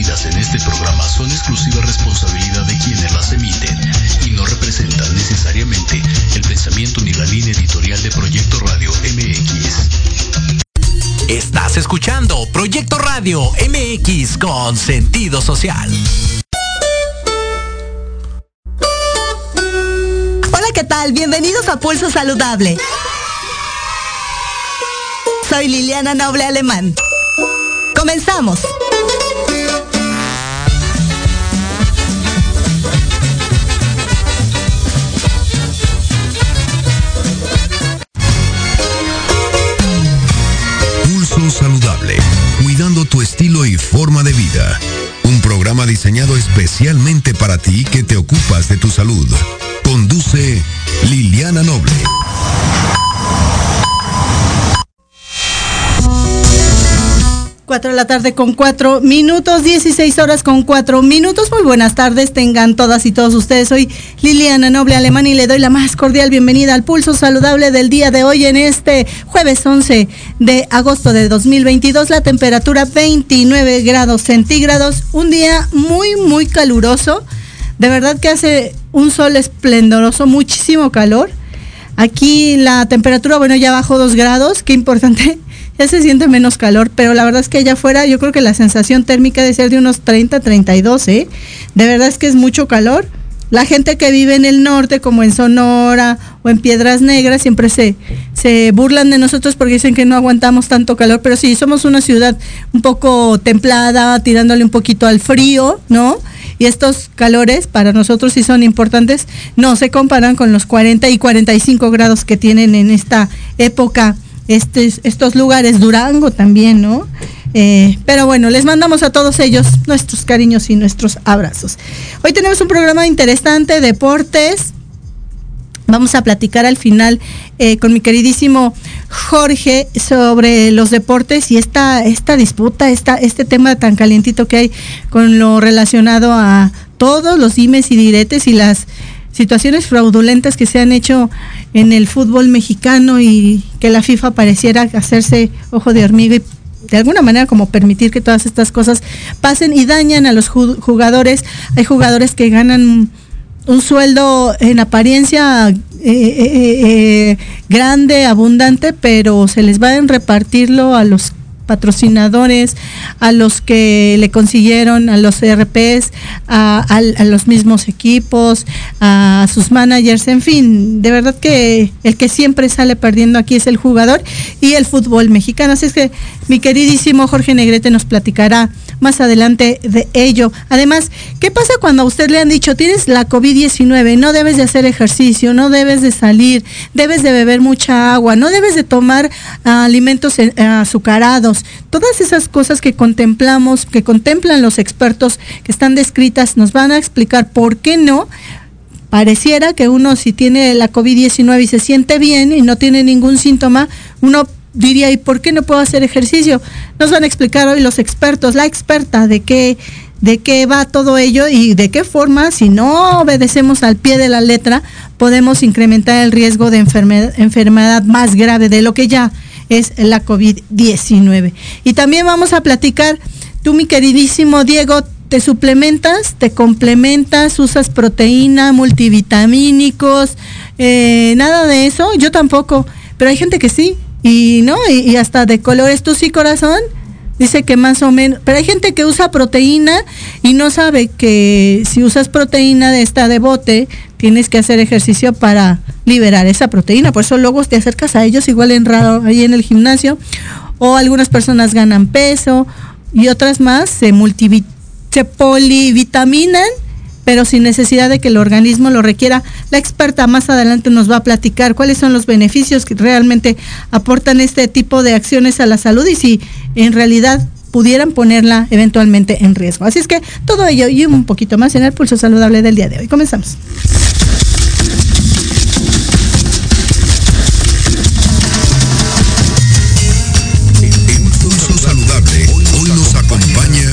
emitidas en este programa son exclusiva responsabilidad de quienes las emiten y no representan necesariamente el pensamiento ni la línea editorial de Proyecto Radio MX. Estás escuchando Proyecto Radio MX con sentido social. Hola, ¿qué tal? Bienvenidos a Pulso Saludable. Soy Liliana Noble Alemán. Comenzamos. Pulso Saludable, cuidando tu estilo y forma de vida. Un programa diseñado especialmente para ti que te ocupas de tu salud. Conduce Liliana Noble. 4 de la tarde con 4 minutos, 16 horas con 4 minutos. Muy buenas tardes, tengan todas y todos ustedes. Soy Liliana Noble Alemán y le doy la más cordial bienvenida al Pulso Saludable del día de hoy en este jueves 11 de agosto de 2022. La temperatura 29 grados centígrados, un día muy caluroso. De verdad que hace un sol esplendoroso, muchísimo calor. Aquí la temperatura, bueno, ya bajó 2 grados, qué importante. Ya se siente menos calor, pero la verdad es que allá afuera yo creo que la sensación térmica debe ser de unos 30, 32, De verdad es que es mucho calor. La gente que vive en el norte, como en Sonora o en Piedras Negras, siempre se burlan de nosotros porque dicen que no aguantamos tanto calor, pero sí, somos una ciudad un poco templada, tirándole un poquito al frío, ¿no? Y estos calores para nosotros sí son importantes, no se comparan con los 40 y 45 grados que tienen en esta época estos lugares, Durango también, ¿no? Pero bueno, les mandamos a todos ellos nuestros cariños y nuestros abrazos. Hoy tenemos un programa interesante, deportes. Vamos a platicar al final con mi queridísimo Jorge sobre los deportes y esta disputa, este tema tan calientito que hay con lo relacionado a todos los dimes y diretes y las situaciones fraudulentas que se han hecho en el fútbol mexicano y que la FIFA pareciera hacerse ojo de hormiga y de alguna manera como permitir que todas estas cosas pasen y dañan a los jugadores. Hay jugadores que ganan un sueldo en apariencia grande, abundante, pero se les va a repartirlo a los patrocinadores, a los que le consiguieron, a los RPs, a los mismos equipos, a sus managers, en fin, de verdad que el que siempre sale perdiendo aquí es el jugador y el fútbol mexicano. Así es que mi queridísimo Jorge Negrete nos platicará más adelante de ello. Además, ¿qué pasa cuando a usted le han dicho tienes la COVID-19, no debes de hacer ejercicio, no debes de salir, debes de beber mucha agua, no debes de tomar alimentos azucarados? Todas esas cosas que contemplamos, que contemplan los expertos que están descritas, nos van a explicar por qué no. Pareciera que uno, si tiene la COVID-19 y se siente bien y no tiene ningún síntoma, uno diría, ¿y por qué no puedo hacer ejercicio? Nos van a explicar hoy los expertos, la experta de qué va todo ello y de qué forma, si no obedecemos al pie de la letra, podemos incrementar el riesgo de enfermedad más grave de lo que ya es la COVID-19. Y también vamos a platicar, tú mi queridísimo Diego, ¿te suplementas, te complementas, usas proteína, multivitamínicos, nada de eso? Yo tampoco, pero hay gente que sí, y hasta de colores. ¿Tú sí, corazón? Dice que más o menos, pero hay gente que usa proteína y no sabe que si usas proteína de bote, tienes que hacer ejercicio para liberar esa proteína. Por eso luego te acercas a ellos igual en raro ahí en el gimnasio, o algunas personas ganan peso y otras más se polivitaminan, pero sin necesidad de que el organismo lo requiera. La experta más adelante nos va a platicar cuáles son los beneficios que realmente aportan este tipo de acciones a la salud y si en realidad pudieran ponerla eventualmente en riesgo. Así es que todo ello y un poquito más en el Pulso Saludable del día de hoy. Comenzamos. En Pulso Saludable hoy nos acompaña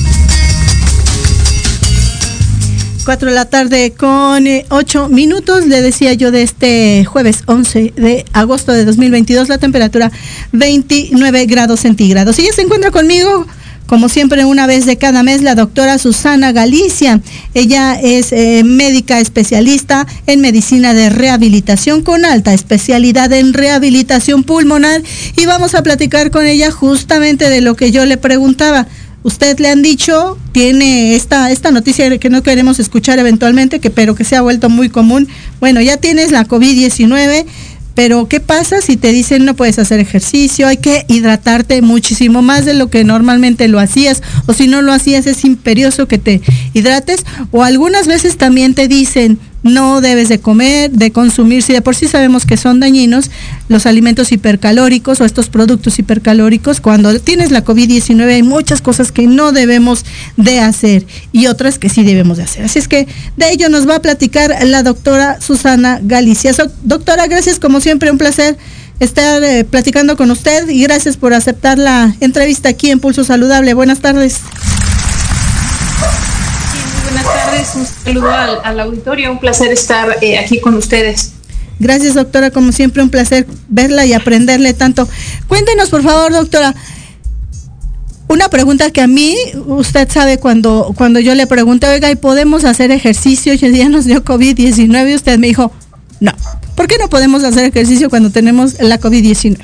4 de la tarde con 8 minutos, le decía yo, de este jueves 11 de agosto de 2022, la temperatura 29 grados centígrados. Y ya se encuentra conmigo como siempre, una vez de cada mes, la doctora Susana Galicia. Ella es médica especialista en medicina de rehabilitación con alta especialidad en rehabilitación pulmonar, y vamos a platicar con ella justamente de lo que yo le preguntaba. Usted le han dicho, tiene esta noticia que no queremos escuchar eventualmente, pero que se ha vuelto muy común. Bueno, ya tienes la COVID-19, pero ¿qué pasa si te dicen no puedes hacer ejercicio? Hay que hidratarte muchísimo más de lo que normalmente lo hacías, o si no lo hacías es imperioso que te hidrates, o algunas veces también te dicen no debes de comer, de consumir, si de por sí sabemos que son dañinos los alimentos hipercalóricos o estos productos hipercalóricos. Cuando tienes la COVID-19 hay muchas cosas que no debemos de hacer y otras que sí debemos de hacer. Así es que de ello nos va a platicar la doctora Susana Galicia. Doctora, gracias, como siempre, un placer estar platicando con usted, y gracias por aceptar la entrevista aquí en Pulso Saludable. Buenas tardes. Buenas tardes, un saludo al auditorio, un placer estar aquí con ustedes. Gracias, doctora, como siempre un placer verla y aprenderle tanto. Cuéntenos, por favor, doctora, una pregunta que a mí, usted sabe, cuando yo le pregunté, oiga, ¿y podemos hacer ejercicio? Y el día nos dio COVID-19 y usted me dijo, no. ¿Por qué no podemos hacer ejercicio cuando tenemos la COVID-19?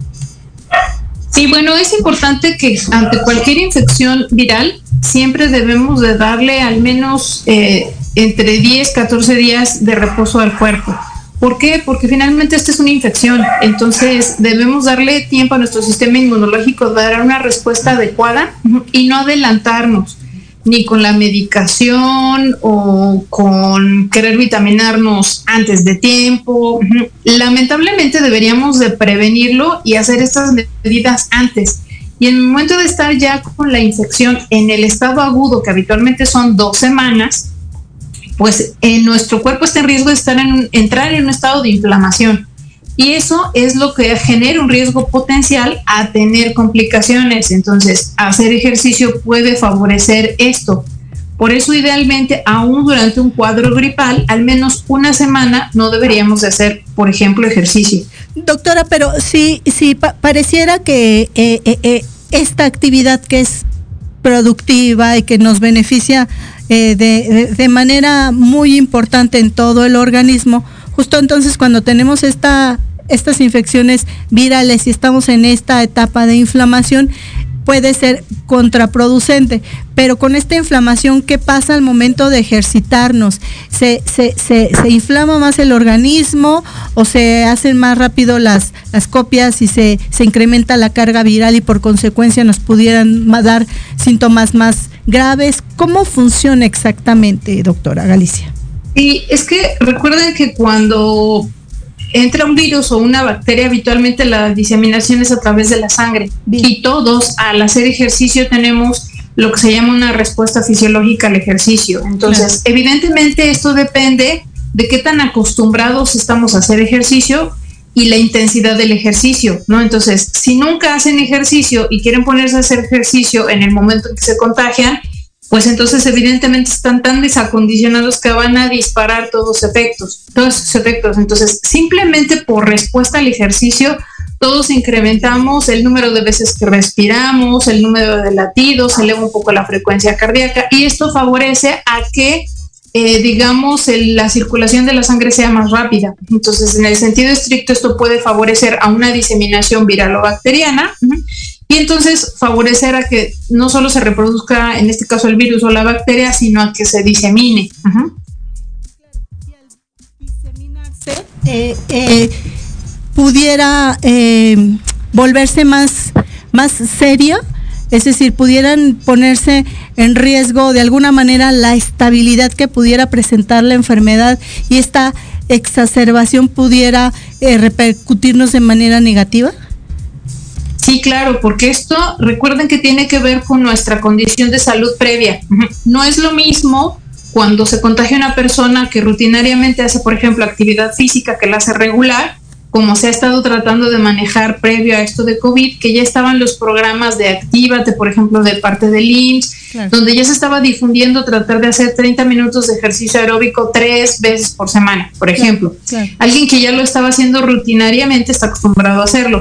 Sí, bueno, es importante que ante cualquier infección viral siempre debemos de darle al menos entre 10, 14 días de reposo al cuerpo. ¿Por qué? Porque finalmente esta es una infección, entonces debemos darle tiempo a nuestro sistema inmunológico de dar una respuesta adecuada y no adelantarnos ni con la medicación o con querer vitaminarnos antes de tiempo. Lamentablemente deberíamos de prevenirlo y hacer estas medidas antes. Y en el momento de estar ya con la infección en el estado agudo, que habitualmente son 2 semanas, pues nuestro cuerpo está en riesgo de entrar en un estado de inflamación. Y eso es lo que genera un riesgo potencial a tener complicaciones. Entonces, hacer ejercicio puede favorecer esto. Por eso, idealmente, aún durante un cuadro gripal, al menos una semana no deberíamos de hacer, por ejemplo, ejercicio. Doctora, pero sí pareciera que esta actividad que es productiva y que nos beneficia de manera muy importante en todo el organismo, justo entonces cuando tenemos estas infecciones virales y estamos en esta etapa de inflamación, puede ser contraproducente. Pero con esta inflamación, ¿qué pasa al momento de ejercitarnos? ¿Se inflama más el organismo o se hacen más rápido las copias y se incrementa la carga viral y por consecuencia nos pudieran dar síntomas más graves? ¿Cómo funciona exactamente, doctora Galicia? Sí, es que recuerden que cuando entra un virus o una bacteria, habitualmente la diseminación es a través de la sangre. Bien. Y todos al hacer ejercicio tenemos lo que se llama una respuesta fisiológica al ejercicio. Entonces, claro, evidentemente esto depende de qué tan acostumbrados estamos a hacer ejercicio y la intensidad del ejercicio, ¿no? Entonces, si nunca hacen ejercicio y quieren ponerse a hacer ejercicio en el momento en que se contagian, pues entonces evidentemente están tan desacondicionados que van a disparar todos esos efectos. Entonces, simplemente por respuesta al ejercicio, todos incrementamos el número de veces que respiramos, el número de latidos, se eleva un poco la frecuencia cardíaca, y esto favorece a que, la circulación de la sangre sea más rápida. Entonces, en el sentido estricto, esto puede favorecer a una diseminación viral o bacteriana, y entonces favorecer a que no solo se reproduzca, en este caso, el virus o la bacteria, sino a que se disemine. Y al diseminarse, pudiera volverse más seria, es decir, pudieran ponerse en riesgo de alguna manera la estabilidad que pudiera presentar la enfermedad, y esta exacerbación pudiera repercutirnos de manera negativa. Sí, claro, porque esto, recuerden que tiene que ver con nuestra condición de salud previa. No es lo mismo cuando se contagia una persona que rutinariamente hace, por ejemplo, actividad física, que la hace regular, como se ha estado tratando de manejar previo a esto de COVID, que ya estaban los programas de Actívate, por ejemplo, de parte del IMSS, claro, donde ya se estaba difundiendo tratar de hacer 30 minutos de ejercicio aeróbico 3 veces por semana, por ejemplo. Claro. Alguien que ya lo estaba haciendo rutinariamente está acostumbrado a hacerlo.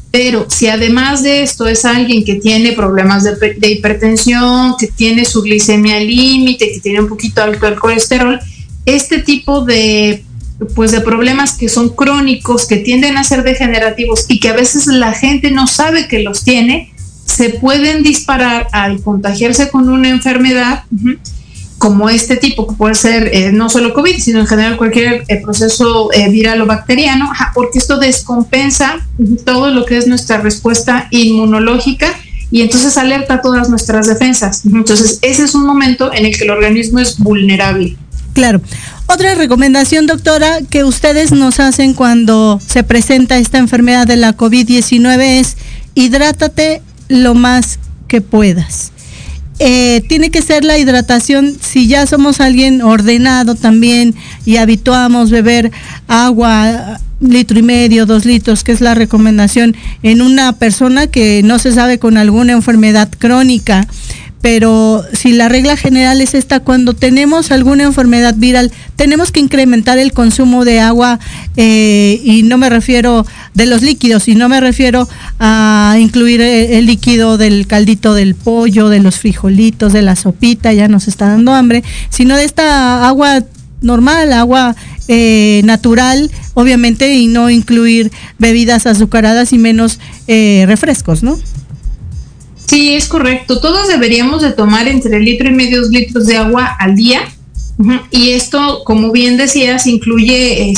Pero si además de esto es alguien que tiene problemas de hipertensión, que tiene su glicemia límite, que tiene un poquito alto el colesterol, este tipo de problemas que son crónicos, que tienden a ser degenerativos y que a veces la gente no sabe que los tiene, se pueden disparar al contagiarse con una enfermedad como este tipo, que puede ser no solo COVID, sino en general cualquier proceso viral o bacteriano, porque esto descompensa todo lo que es nuestra respuesta inmunológica y entonces alerta todas nuestras defensas. Entonces ese es un momento en el que el organismo es vulnerable. Claro. Otra recomendación, doctora, que ustedes nos hacen cuando se presenta esta enfermedad de la COVID-19 es: hidrátate lo más que puedas. Tiene que ser la hidratación, si ya somos alguien ordenado también y habituamos beber agua 1,5 litros, 2 litros, que es la recomendación en una persona que no se sabe con alguna enfermedad crónica. Pero si la regla general es esta, cuando tenemos alguna enfermedad viral, tenemos que incrementar el consumo de agua, y no me refiero de los líquidos, y no me refiero a incluir el líquido del caldito del pollo, de los frijolitos, de la sopita, ya nos está dando hambre, sino de esta agua normal, agua natural, obviamente, y no incluir bebidas azucaradas y menos refrescos, ¿no? Sí, es correcto. Todos deberíamos de tomar entre 1,5 litros y 2 litros de agua al día. Y esto, como bien decías, incluye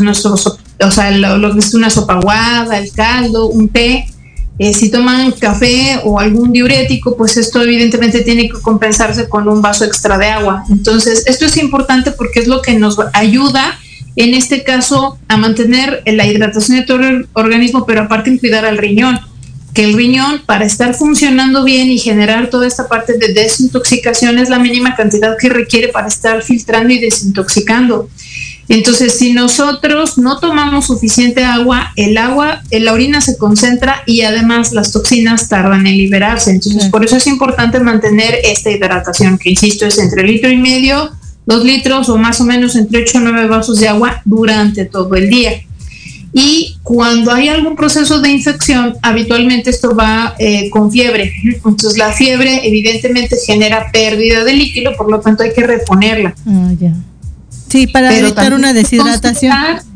lo que es una sopa aguada, el caldo, un té. Si toman café o algún diurético, pues esto evidentemente tiene que compensarse con un vaso extra de agua. Entonces, esto es importante porque es lo que nos ayuda, en este caso, a mantener la hidratación de todo el organismo, pero aparte en cuidar al riñón. Que el riñón, para estar funcionando bien y generar toda esta parte de desintoxicación, es la mínima cantidad que requiere para estar filtrando y desintoxicando. Entonces, si nosotros no tomamos suficiente agua, la orina se concentra y además las toxinas tardan en liberarse. Entonces, por eso es importante mantener esta hidratación, que insisto, es entre 1,5 litros, 2 litros o más o menos entre 8 o 9 vasos de agua durante todo el día. Y cuando hay algún proceso de infección, habitualmente esto va con fiebre. Entonces la fiebre evidentemente genera pérdida de líquido, por lo tanto hay que reponerla. Ya. Sí, para evitar una deshidratación.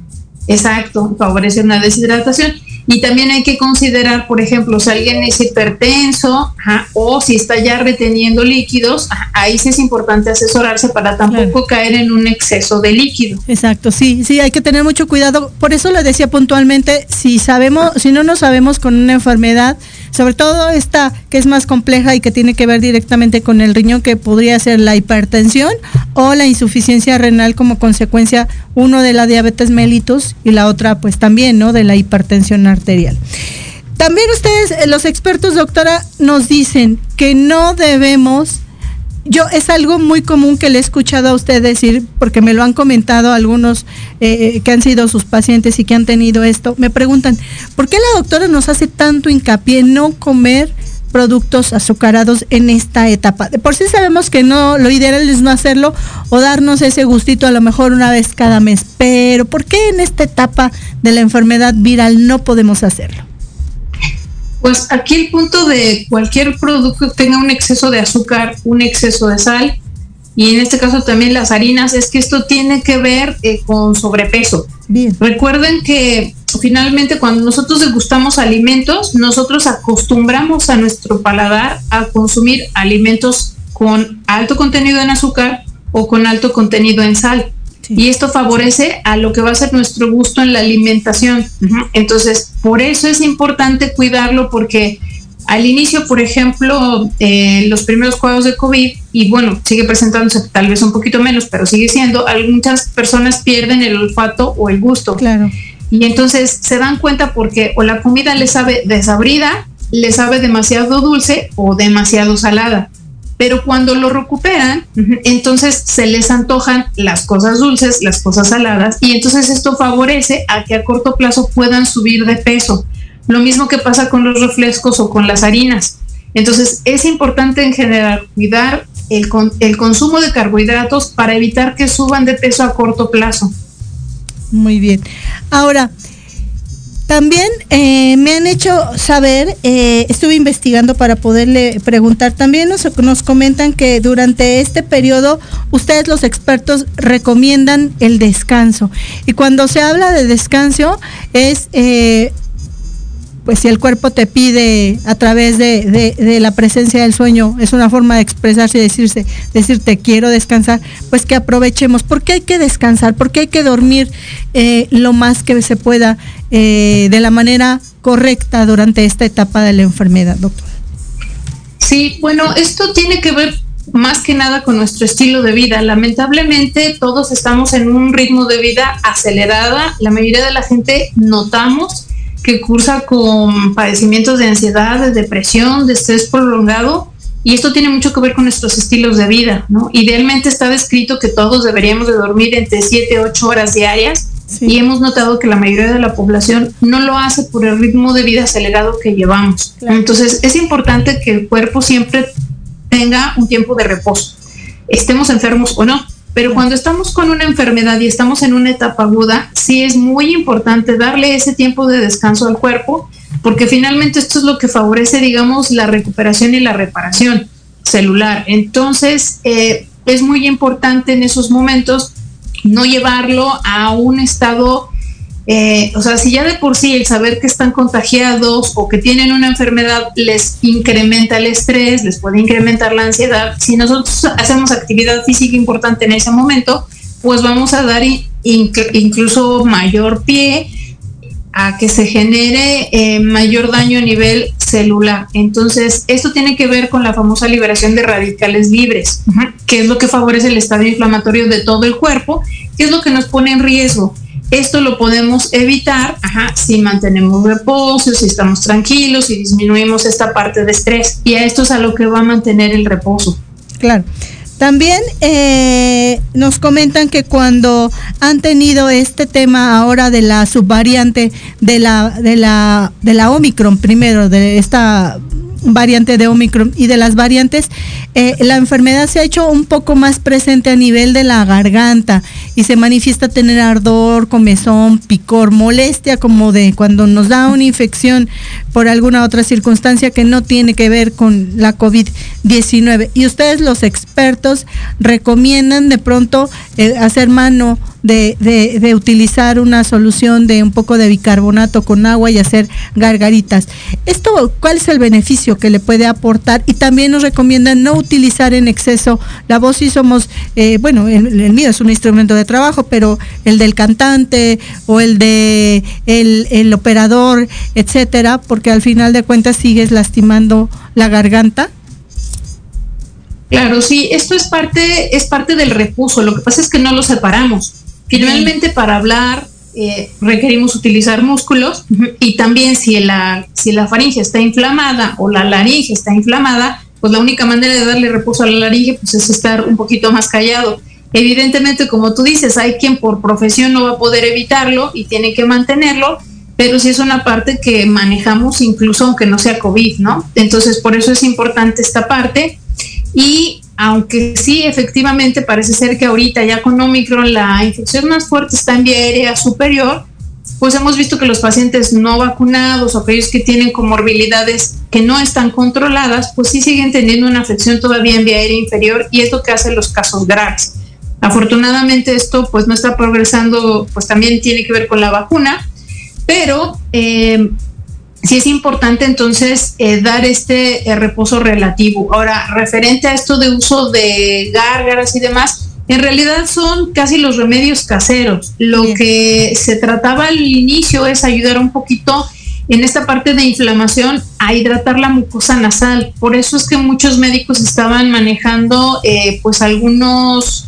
Exacto, favorece una deshidratación. Y también hay que considerar, por ejemplo, si alguien es hipertenso, o si está ya reteniendo líquidos, ahí sí es importante asesorarse para tampoco caer en un exceso de líquido. Exacto, sí, hay que tener mucho cuidado. Por eso le decía puntualmente, si no nos sabemos con una enfermedad, sobre todo esta que es más compleja y que tiene que ver directamente con el riñón, que podría ser la hipertensión o la insuficiencia renal como consecuencia, uno de la diabetes mellitus y la otra pues también, ¿no?, de la hipertensión arterial. También ustedes, los expertos, doctora, nos dicen que no debemos, es algo muy común que le he escuchado a usted decir, porque me lo han comentado algunos que han sido sus pacientes y que han tenido esto, me preguntan, ¿por qué la doctora nos hace tanto hincapié en no comer productos azucarados en esta etapa? De por sí sabemos que no, lo ideal es no hacerlo o darnos ese gustito a lo mejor una vez cada mes, pero ¿por qué en esta etapa de la enfermedad viral no podemos hacerlo? Pues aquí el punto de cualquier producto que tenga un exceso de azúcar, un exceso de sal, y en este caso también las harinas, es que esto tiene que ver con sobrepeso. Bien. Recuerden que finalmente cuando nosotros degustamos alimentos, nosotros acostumbramos a nuestro paladar a consumir alimentos con alto contenido en azúcar o con alto contenido en sal. Sí. Y esto favorece a lo que va a ser nuestro gusto en la alimentación. Entonces, por eso es importante cuidarlo, porque al inicio, por ejemplo, los primeros cuadros de COVID, y bueno, sigue presentándose tal vez un poquito menos, pero sigue siendo, muchas personas pierden el olfato o el gusto. Claro. Y entonces se dan cuenta porque o la comida les sabe desabrida, les sabe demasiado dulce o demasiado salada. Pero cuando lo recuperan, entonces se les antojan las cosas dulces, las cosas saladas, y entonces esto favorece a que a corto plazo puedan subir de peso. Lo mismo que pasa con los refrescos o con las harinas. Entonces es importante en general cuidar el consumo de carbohidratos para evitar que suban de peso a corto plazo. Muy bien. Ahora, También me han hecho saber, estuve investigando para poderle preguntar, también nos comentan que durante este periodo ustedes los expertos recomiendan el descanso. Y cuando se habla de descanso es, pues si el cuerpo te pide a través de la presencia del sueño, es una forma de expresarse y decirte quiero descansar, pues que aprovechemos. ¿Por qué hay que descansar? ¿Por qué hay que dormir lo más que se pueda de la manera correcta durante esta etapa de la enfermedad, doctor? Sí, bueno, esto tiene que ver más que nada con nuestro estilo de vida. Lamentablemente todos estamos en un ritmo de vida acelerada. La mayoría de la gente notamos que cursa con padecimientos de ansiedad, de depresión, de estrés prolongado, y esto tiene mucho que ver con nuestros estilos de vida, ¿no? Idealmente está descrito que todos deberíamos de dormir entre 7 a 8 horas diarias, sí. Y hemos notado que la mayoría de la población no lo hace por el ritmo de vida acelerado que llevamos. Claro. Entonces es importante que el cuerpo siempre tenga un tiempo de reposo, estemos enfermos o no. Pero cuando estamos con una enfermedad y estamos en una etapa aguda, sí es muy importante darle ese tiempo de descanso al cuerpo, porque finalmente esto es lo que favorece, digamos, la recuperación y la reparación celular. Entonces, es muy importante en esos momentos no llevarlo a un estado, o sea, si ya de por sí el saber que están contagiados o que tienen una enfermedad les incrementa el estrés, les puede incrementar la ansiedad, si nosotros hacemos actividad física importante en ese momento, pues vamos a dar incluso mayor pie a que se genere mayor daño a nivel celular. Entonces, esto tiene que ver con la famosa liberación de radicales libres, que es lo que favorece el estado inflamatorio de todo el cuerpo, que es lo que nos pone en riesgo. Esto lo podemos evitar si mantenemos reposo, si estamos tranquilos, si disminuimos esta parte de estrés. Y a esto es a lo que va a mantener el reposo. Claro. También nos comentan que cuando han tenido este tema ahora de la subvariante de la Omicron, primero de esta variante de Omicron y de las variantes, la enfermedad se ha hecho un poco más presente a nivel de la garganta y se manifiesta tener ardor, comezón, picor, molestia, como de cuando nos da una infección por alguna otra circunstancia que no tiene que ver con la COVID-19. Y ustedes, los expertos, recomiendan de pronto hacer mano de utilizar una solución de un poco de bicarbonato con agua y hacer gargaritas. Esto, ¿cuál es el beneficio que le puede aportar? Y también nos recomiendan no utilizar en exceso la voz. Si somos, bueno, el mío es un instrumento de trabajo, pero el del cantante o el de el operador, etcétera, porque al final de cuentas sigues lastimando la garganta. Claro, sí, esto es parte del reposo. Lo que pasa es que no lo separamos. Finalmente, para hablar requerimos utilizar músculos, y también si la faringe está inflamada o la laringe está inflamada, pues la única manera de darle reposo a la laringe pues es estar un poquito más callado. Evidentemente, como tú dices, hay quien por profesión no va a poder evitarlo y tiene que mantenerlo, pero sí es una parte que manejamos incluso aunque no sea COVID, ¿no? Entonces, por eso es importante esta parte. Y aunque sí, efectivamente, parece ser que ahorita ya con Omicron la infección más fuerte está en vía aérea superior, pues hemos visto que los pacientes no vacunados o aquellos que tienen comorbilidades que no están controladas, pues sí siguen teniendo una afección todavía en vía aérea inferior, y es lo que hace los casos graves. Afortunadamente esto pues no está progresando, pues también tiene que ver con la vacuna, pero sí es importante entonces dar este reposo relativo. Ahora, referente a esto de uso de gárgaras y demás, en realidad son casi los remedios caseros. Lo que se trataba al inicio es ayudar un poquito en esta parte de inflamación a hidratar la mucosa nasal. Por eso es que muchos médicos estaban manejando pues algunos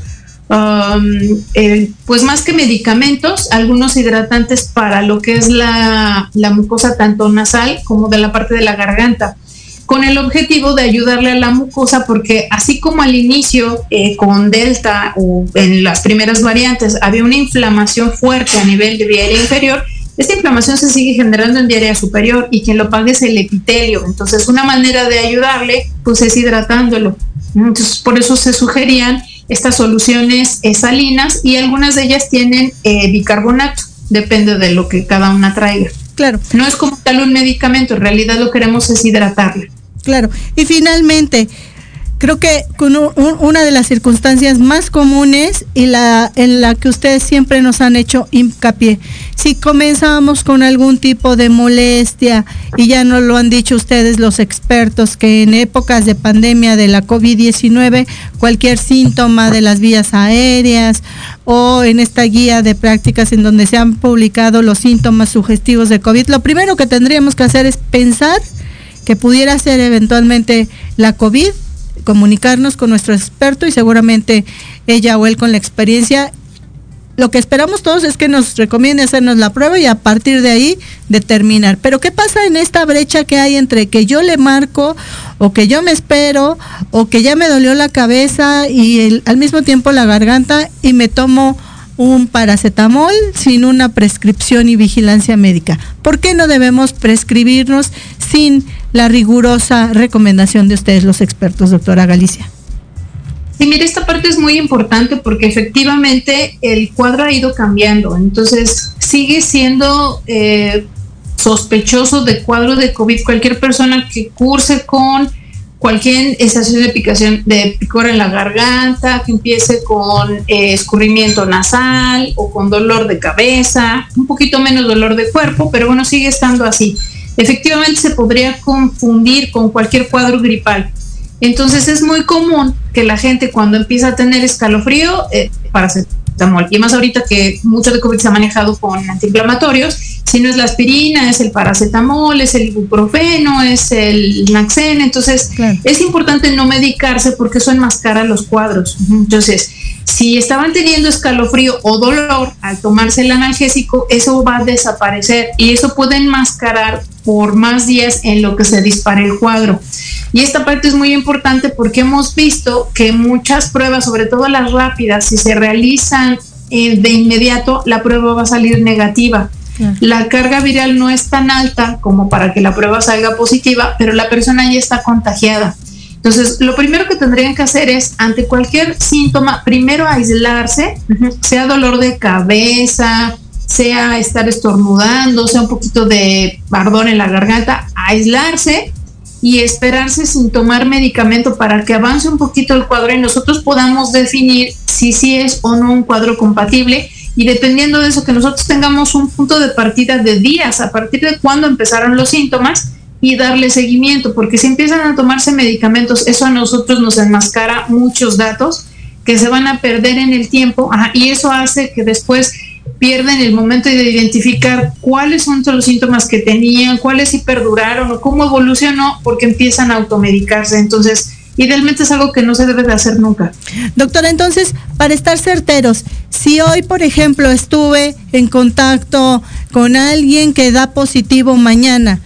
pues más que medicamentos, algunos hidratantes para lo que es la mucosa tanto nasal como de la parte de la garganta, con el objetivo de ayudarle a la mucosa, porque así como al inicio con Delta o en las primeras variantes había una inflamación fuerte a nivel de vía aérea inferior, esta inflamación se sigue generando en vía aérea superior, y quien lo paga es el epitelio. Entonces una manera de ayudarle pues es hidratándolo. Entonces por eso se sugerían estas soluciones salinas, y algunas de ellas tienen bicarbonato, depende de lo que cada una traiga. Claro. No es como tal un medicamento, en realidad lo que queremos es hidratarla. Claro. Y finalmente, creo que con una de las circunstancias más comunes y en la que ustedes siempre nos han hecho hincapié, si comenzamos con algún tipo de molestia, y ya nos lo han dicho ustedes los expertos, que en épocas de pandemia de la COVID-19, cualquier síntoma de las vías aéreas o en esta guía de prácticas en donde se han publicado los síntomas sugestivos de COVID, lo primero que tendríamos que hacer es pensar que pudiera ser eventualmente la COVID, comunicarnos con nuestro experto y seguramente ella o él con la experiencia. Lo que esperamos todos es que nos recomiende hacernos la prueba y a partir de ahí determinar. Pero ¿qué pasa en esta brecha que hay entre que yo le marco o que yo me espero o que ya me dolió la cabeza y al mismo tiempo la garganta y me tomo un paracetamol sin una prescripción y vigilancia médica? ¿Por qué no debemos prescribirnos sin la rigurosa recomendación de ustedes, los expertos, doctora Galicia? Sí, mire, esta parte es muy importante porque efectivamente el cuadro ha ido cambiando, entonces sigue siendo sospechoso de cuadro de COVID cualquier persona que curse con cualquier sensación de picación, de picor en la garganta, que empiece con escurrimiento nasal o con dolor de cabeza, un poquito menos dolor de cuerpo, pero bueno, sigue estando así. Efectivamente se podría confundir con cualquier cuadro gripal. Entonces es muy común que la gente cuando empieza a tener escalofrío, paracetamol, y más ahorita que mucho de COVID se ha manejado con antiinflamatorios, si no es la aspirina, es el paracetamol, es el ibuprofeno, es el Naxen. Entonces claro, es importante no medicarse porque eso enmascara los cuadros. Entonces, si estaban teniendo escalofrío o dolor al tomarse el analgésico, eso va a desaparecer y eso puede enmascarar por más días en lo que se dispare el cuadro. Y esta parte es muy importante porque hemos visto que muchas pruebas, sobre todo las rápidas, si se realizan de inmediato, la prueba va a salir negativa. La carga viral no es tan alta como para que la prueba salga positiva, pero la persona ya está contagiada. Entonces, lo primero que tendrían que hacer es, ante cualquier síntoma, primero aislarse, sea dolor de cabeza, sea estar estornudando, sea un poquito de ardor en la garganta, aislarse y esperarse sin tomar medicamento para que avance un poquito el cuadro y nosotros podamos definir si sí es o no un cuadro compatible. Y dependiendo de eso, que nosotros tengamos un punto de partida de días, a partir de cuando empezaron los síntomas, y darle seguimiento, porque si empiezan a tomarse medicamentos, eso a nosotros nos enmascara muchos datos que se van a perder en el tiempo, y eso hace que después pierden el momento de identificar cuáles son los síntomas que tenían, cuáles sí perduraron o cómo evolucionó, porque empiezan a automedicarse. Entonces, idealmente es algo que no se debe de hacer nunca. Doctora, entonces, para estar certeros, si hoy, por ejemplo, estuve en contacto con alguien que da positivo mañana,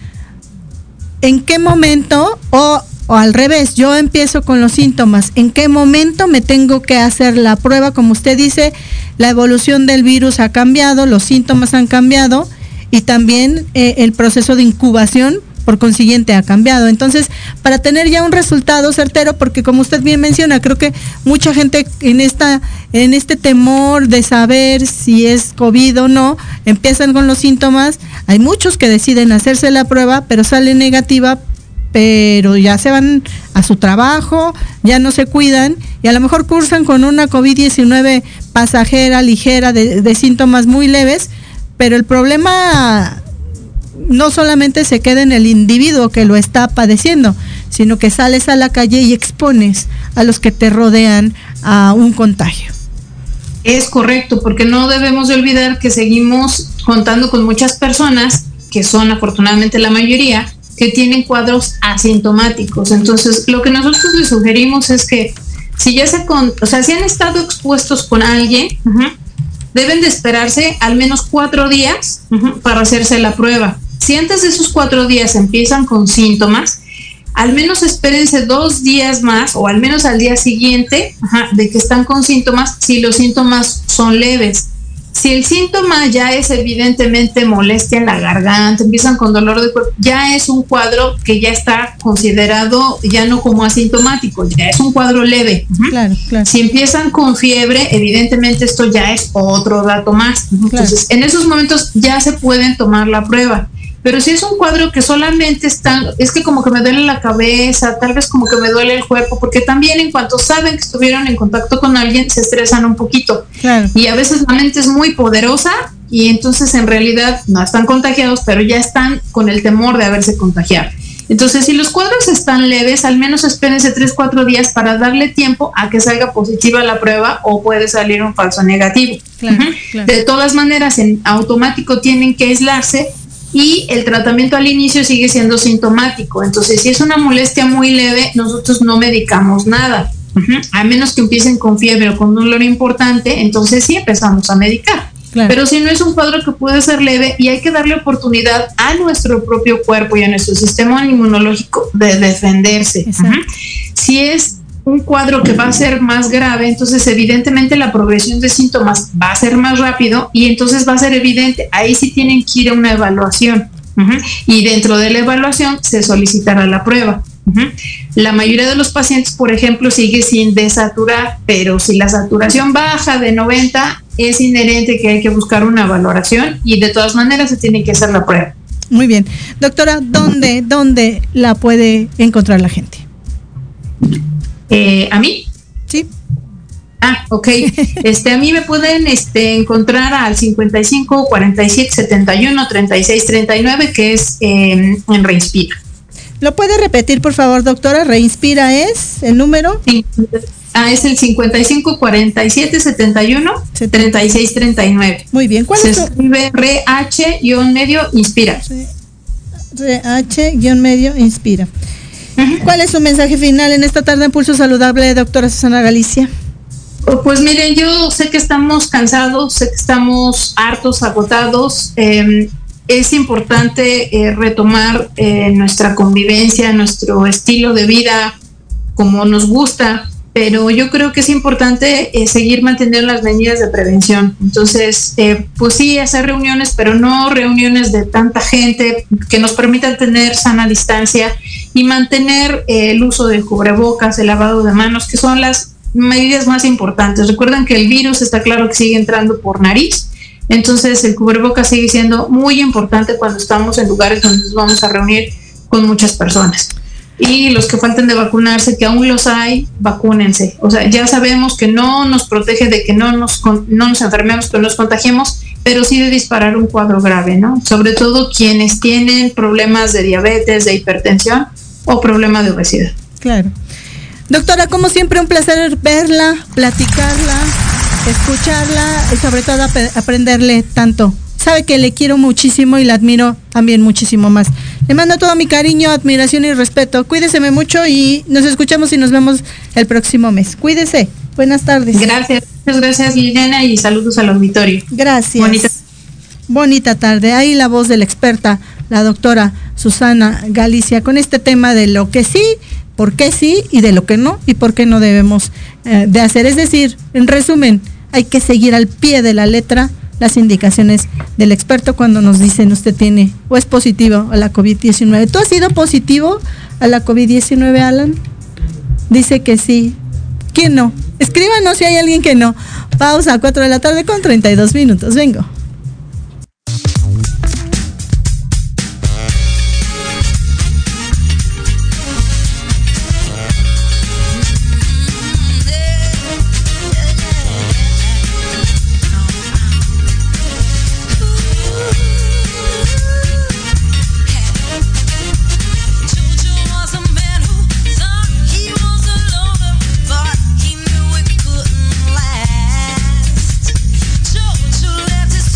¿en qué momento, o al revés, yo empiezo con los síntomas, en qué momento me tengo que hacer la prueba? Como usted dice, la evolución del virus ha cambiado, los síntomas han cambiado y también el proceso de incubación por consiguiente ha cambiado. Entonces, para tener ya un resultado certero, porque como usted bien menciona, creo que mucha gente en este temor de saber si es COVID o no, empiezan con los síntomas. Hay muchos que deciden hacerse la prueba, pero sale negativa, pero ya se van a su trabajo, ya no se cuidan y a lo mejor cursan con una COVID-19 pasajera, ligera, de síntomas muy leves, pero el problema no solamente se queda en el individuo que lo está padeciendo, sino que sales a la calle y expones a los que te rodean a un contagio. Es correcto, porque no debemos de olvidar que seguimos contando con muchas personas, que son afortunadamente la mayoría, que tienen cuadros asintomáticos. Entonces, lo que nosotros les sugerimos es que si ya si han estado expuestos con alguien, deben de esperarse al menos 4 días para hacerse la prueba. Si antes de esos 4 días empiezan con síntomas, al menos espérense 2 días más o al menos al día siguiente de que están con síntomas, si los síntomas son leves. Si el síntoma ya es evidentemente molestia en la garganta, empiezan con dolor de cuerpo, ya es un cuadro que ya está considerado ya no como asintomático, ya es un cuadro leve. Claro. Si empiezan con fiebre, evidentemente esto ya es otro dato más. Entonces, en esos momentos ya se pueden tomar la prueba. Pero si es un cuadro que solamente es que como que me duele la cabeza, tal vez como que me duele el cuerpo, porque también en cuanto saben que estuvieron en contacto con alguien, se estresan un poquito. Claro. Y a veces la mente es muy poderosa y entonces en realidad no están contagiados, pero ya están con el temor de haberse contagiado. Entonces, si los cuadros están leves, al menos espérense 3-4 días para darle tiempo a que salga positiva la prueba o puede salir un falso negativo. Claro, claro. De todas maneras, en automático tienen que aislarse y el tratamiento al inicio sigue siendo sintomático. Entonces, si es una molestia muy leve, nosotros no medicamos nada. A menos que empiecen con fiebre o con dolor importante, entonces sí empezamos a medicar. Claro. Pero si no es un cuadro que puede ser leve y hay que darle oportunidad a nuestro propio cuerpo y a nuestro sistema inmunológico de defenderse. Si es un cuadro que va a ser más grave, entonces evidentemente la progresión de síntomas va a ser más rápido y entonces va a ser evidente. Ahí sí tienen que ir a una evaluación. Y dentro de la evaluación se solicitará la prueba. La mayoría de los pacientes, por ejemplo, sigue sin desaturar, pero si la saturación baja de 90, es inherente que hay que buscar una valoración y de todas maneras se tiene que hacer la prueba. Muy bien. Doctora, ¿dónde la puede encontrar la gente? ¿A mí? Sí. Ah, ok. A mí me pueden encontrar al 55 47 71 36 39, que es en Reinspira. ¿Lo puede repetir, por favor, doctora? ¿Reinspira es el número? Sí. Es el 55 47 71 36 39. Muy bien. ¿Cuál es? Se escribe RH-medio Inspira. RH-medio Inspira. ¿Cuál es su mensaje final en esta tarde en Pulso Saludable, doctora Susana Galicia? Pues miren, yo sé que estamos cansados, sé que estamos hartos, agotados. Es importante retomar nuestra convivencia, nuestro estilo de vida como nos gusta, pero yo creo que es importante seguir manteniendo las medidas de prevención. Entonces, pues sí, hacer reuniones, pero no reuniones de tanta gente, que nos permitan tener sana distancia y mantener el uso del cubrebocas, el lavado de manos, que son las medidas más importantes. Recuerden que el virus está claro que sigue entrando por nariz, entonces el cubrebocas sigue siendo muy importante cuando estamos en lugares donde nos vamos a reunir con muchas personas. Y los que falten de vacunarse, que aún los hay, vacúnense. O sea, ya sabemos que no nos protege de que no nos enfermemos, que nos contagiemos, pero sí de disparar un cuadro grave, ¿no? Sobre todo quienes tienen problemas de diabetes, de hipertensión o problema de obesidad. Claro. Doctora, como siempre, un placer verla, platicarla, escucharla y sobre todo aprenderle tanto. Sabe que le quiero muchísimo y la admiro también muchísimo más. Le mando todo mi cariño, admiración y respeto. Cuídeseme mucho y nos escuchamos y nos vemos el próximo mes. Cuídese. Buenas tardes. Gracias. Muchas gracias, Liliana, y saludos al auditorio. Gracias. Bonita tarde. Ahí la voz de la experta, la doctora Susana Galicia, con este tema de lo que sí, por qué sí y de lo que no y por qué no debemos de hacer. Es decir, en resumen, hay que seguir al pie de la letra las indicaciones del experto cuando nos dicen usted tiene o es positivo a la COVID-19. ¿Tú has sido positivo a la COVID-19, Alan? Dice que sí. ¿Quién no? Escríbanos si hay alguien que no. Pausa, 4 de la tarde con 32 minutos. Vengo. Let his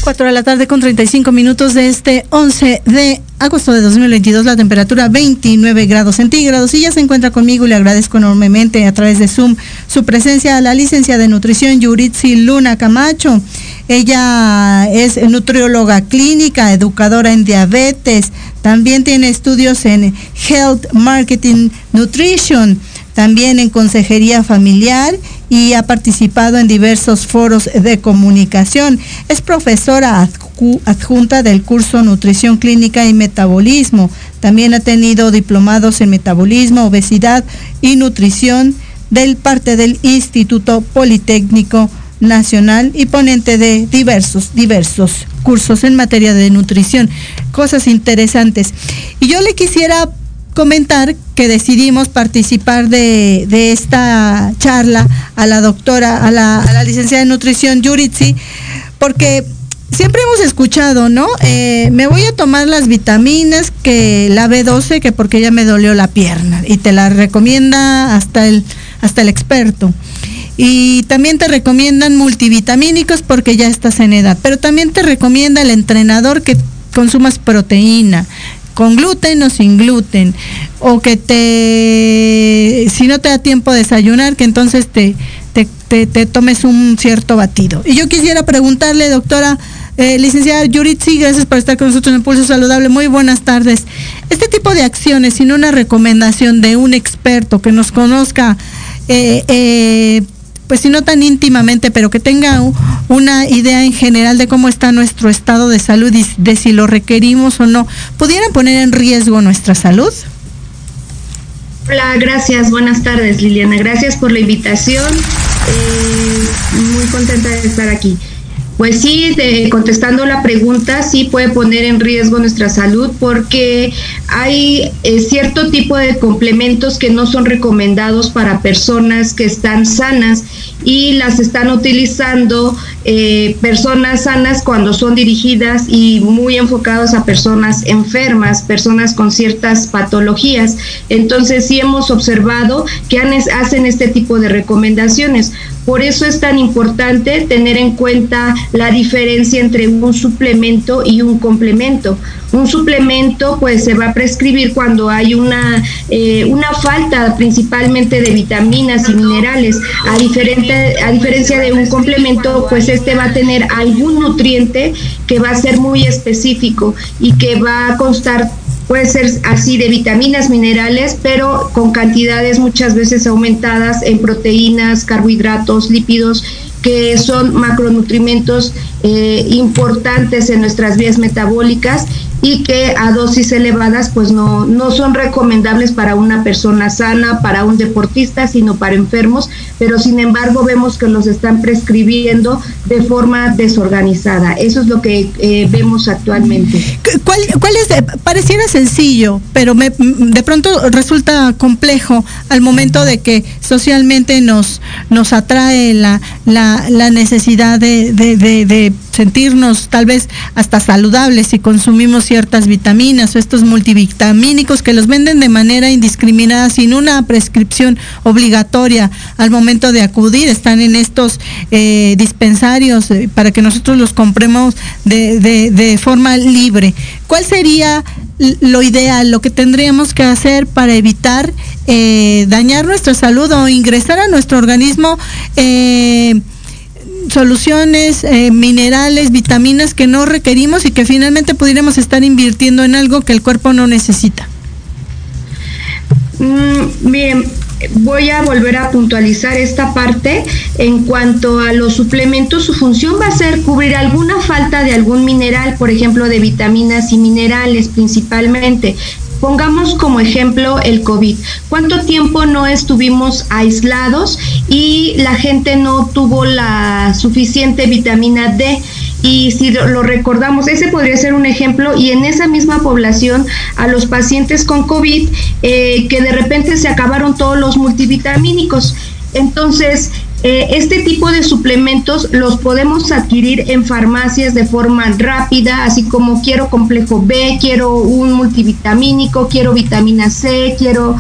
4:35 de este 11 de agosto de 2022, la temperatura 29 grados centígrados, y ya se encuentra conmigo y le agradezco enormemente a través de Zoom su presencia a la licenciada en nutrición Yuritsi Luna Camacho. Ella es nutrióloga clínica, educadora en diabetes, también tiene estudios en Health Marketing Nutrition, también en consejería familiar, y ha participado en diversos foros de comunicación. Es profesora adjunta del curso Nutrición Clínica y Metabolismo. También ha tenido diplomados en Metabolismo, Obesidad y Nutrición parte del Instituto Politécnico Nacional, y ponente de diversos cursos en materia de nutrición. Cosas interesantes. Y yo le quisiera comentar que decidimos participar de esta charla a la doctora, a la licenciada en nutrición Yuritsi, porque siempre hemos escuchado, ¿no? Me voy a tomar las vitaminas, que la B12, que porque ya me dolió la pierna, y te la recomienda hasta el experto. Y también te recomiendan multivitamínicos porque ya estás en edad, pero también te recomienda el entrenador que consumas proteína, con gluten o sin gluten, o que si no te da tiempo de desayunar, que entonces te tomes un cierto batido. Y yo quisiera preguntarle, doctora licenciada Yuritsi, gracias por estar con nosotros en Pulso Saludable. Muy buenas tardes. Este tipo de acciones, sin una recomendación de un experto que nos conozca, pues si no tan íntimamente, pero que tenga una idea en general de cómo está nuestro estado de salud y de si lo requerimos o no, ¿pudieran poner en riesgo nuestra salud? Hola, gracias, buenas tardes, Liliana, gracias por la invitación, muy contenta de estar aquí. Pues sí, contestando la pregunta, sí puede poner en riesgo nuestra salud porque hay cierto tipo de complementos que no son recomendados para personas que están sanas y las están utilizando personas sanas cuando son dirigidas y muy enfocadas a personas enfermas, personas con ciertas patologías. Entonces sí hemos observado que hacen este tipo de recomendaciones. Por eso es tan importante tener en cuenta la diferencia entre un suplemento y un complemento. Un suplemento pues se va a prescribir cuando hay una falta principalmente de vitaminas y minerales. A diferencia de un complemento, pues este va a tener algún nutriente que va a ser muy específico y que va a constar, puede ser así, de vitaminas, minerales, pero con cantidades muchas veces aumentadas en proteínas, carbohidratos, lípidos, que son macronutrientes importantes en nuestras vías metabólicas y que a dosis elevadas pues no son recomendables para una persona sana, para un deportista, sino para enfermos, pero sin embargo vemos que los están prescribiendo de forma desorganizada. Eso es lo que vemos actualmente. ¿Cuál es? Pareciera sencillo, pero de pronto resulta complejo al momento de que socialmente nos atrae la necesidad de sentirnos tal vez hasta saludables si consumimos ciertas vitaminas o estos multivitamínicos que los venden de manera indiscriminada sin una prescripción obligatoria al momento de acudir. Están en estos dispensarios para que nosotros los compremos de forma libre. ¿Cuál sería lo ideal, lo que tendríamos que hacer para evitar dañar nuestra salud o ingresar a nuestro organismo soluciones, minerales, vitaminas que no requerimos y que finalmente pudiéramos estar invirtiendo en algo que el cuerpo no necesita? Bien, voy a volver a puntualizar esta parte. En cuanto a los suplementos, su función va a ser cubrir alguna falta de algún mineral, por ejemplo, de vitaminas y minerales principalmente. Pongamos como ejemplo el COVID. ¿Cuánto tiempo no estuvimos aislados y la gente no tuvo la suficiente vitamina D? Y si lo recordamos, ese podría ser un ejemplo, y en esa misma población a los pacientes con COVID que de repente se acabaron todos los multivitamínicos. Entonces, este tipo de suplementos los podemos adquirir en farmacias de forma rápida, así como quiero complejo B, quiero un multivitamínico, quiero vitamina C, quiero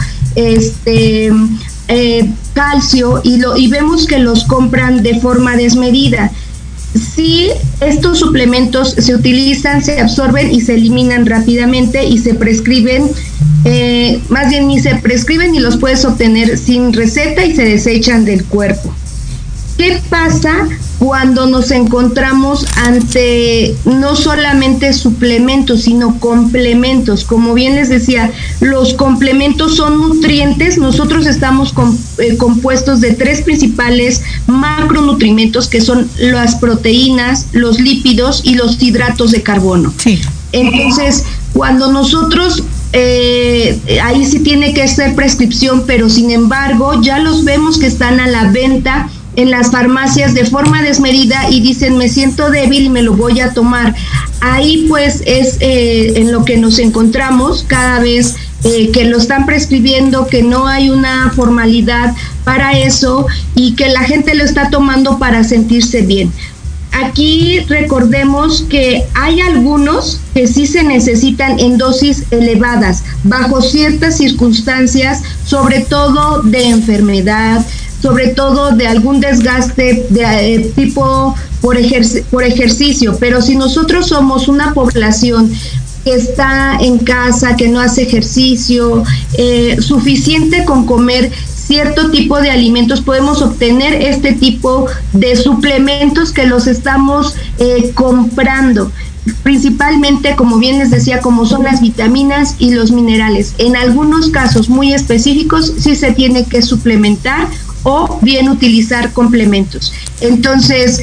calcio, y vemos que los compran de forma desmedida. sí, estos suplementos se utilizan, se absorben y se eliminan rápidamente y se prescriben, más bien ni se prescriben ni los puedes obtener sin receta y se desechan del cuerpo. ¿Qué pasa cuando nos encontramos ante no solamente suplementos, sino complementos? Como bien les decía, los complementos son nutrientes. Nosotros estamos compuestos de 3 principales macronutrientes, que son las proteínas, los lípidos y los hidratos de carbono. Sí. Entonces, cuando nosotros ahí sí tiene que ser prescripción, pero sin embargo ya los vemos que están a la venta en las farmacias de forma desmedida y dicen, me siento débil y me lo voy a tomar. Ahí pues es en lo que nos encontramos cada vez que lo están prescribiendo, que no hay una formalidad para eso y que la gente lo está tomando para sentirse bien. Aquí recordemos que hay algunos que sí se necesitan en dosis elevadas, bajo ciertas circunstancias, sobre todo de enfermedad, sobre todo de algún desgaste de tipo por ejercicio, pero si nosotros somos una población que está en casa, que no hace ejercicio, suficiente con comer cierto tipo de alimentos, podemos obtener este tipo de suplementos que los estamos comprando. Principalmente, como bien les decía, como son las vitaminas y los minerales. En algunos casos muy específicos sí se tiene que suplementar o bien utilizar complementos. Entonces,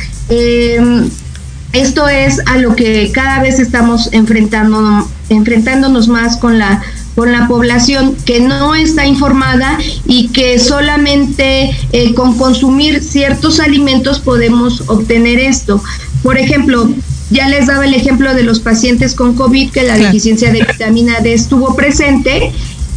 esto es a lo que cada vez estamos enfrentándonos más con la población que no está informada y que solamente con consumir ciertos alimentos podemos obtener esto. Por ejemplo, ya les daba el ejemplo de los pacientes con COVID, que la deficiencia de vitamina D estuvo presente.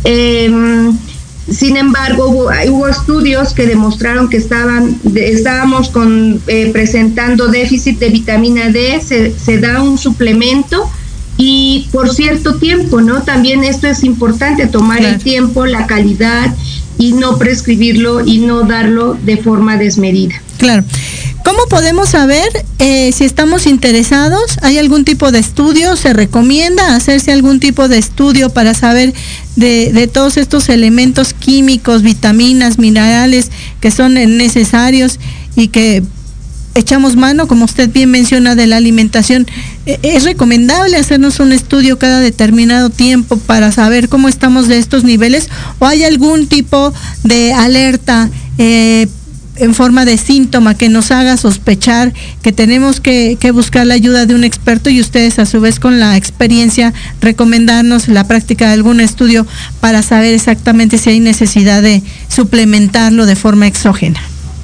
Sin embargo, hubo estudios que demostraron que estábamos presentando déficit de vitamina D, se da un suplemento y por cierto tiempo, ¿no? También esto es importante, tomar el tiempo, la calidad y no prescribirlo y no darlo de forma desmedida. Claro. ¿Cómo podemos saber si estamos interesados? ¿Hay algún tipo de estudio? ¿Se recomienda hacerse algún tipo de estudio para saber de todos estos elementos químicos, vitaminas, minerales que son necesarios y que echamos mano, como usted bien menciona, de la alimentación? ¿Es recomendable hacernos un estudio cada determinado tiempo para saber cómo estamos de estos niveles? ¿O hay algún tipo de alerta en forma de síntoma que nos haga sospechar que tenemos que buscar la ayuda de un experto, y ustedes a su vez con la experiencia recomendarnos la práctica de algún estudio para saber exactamente si hay necesidad de suplementarlo de forma exógena?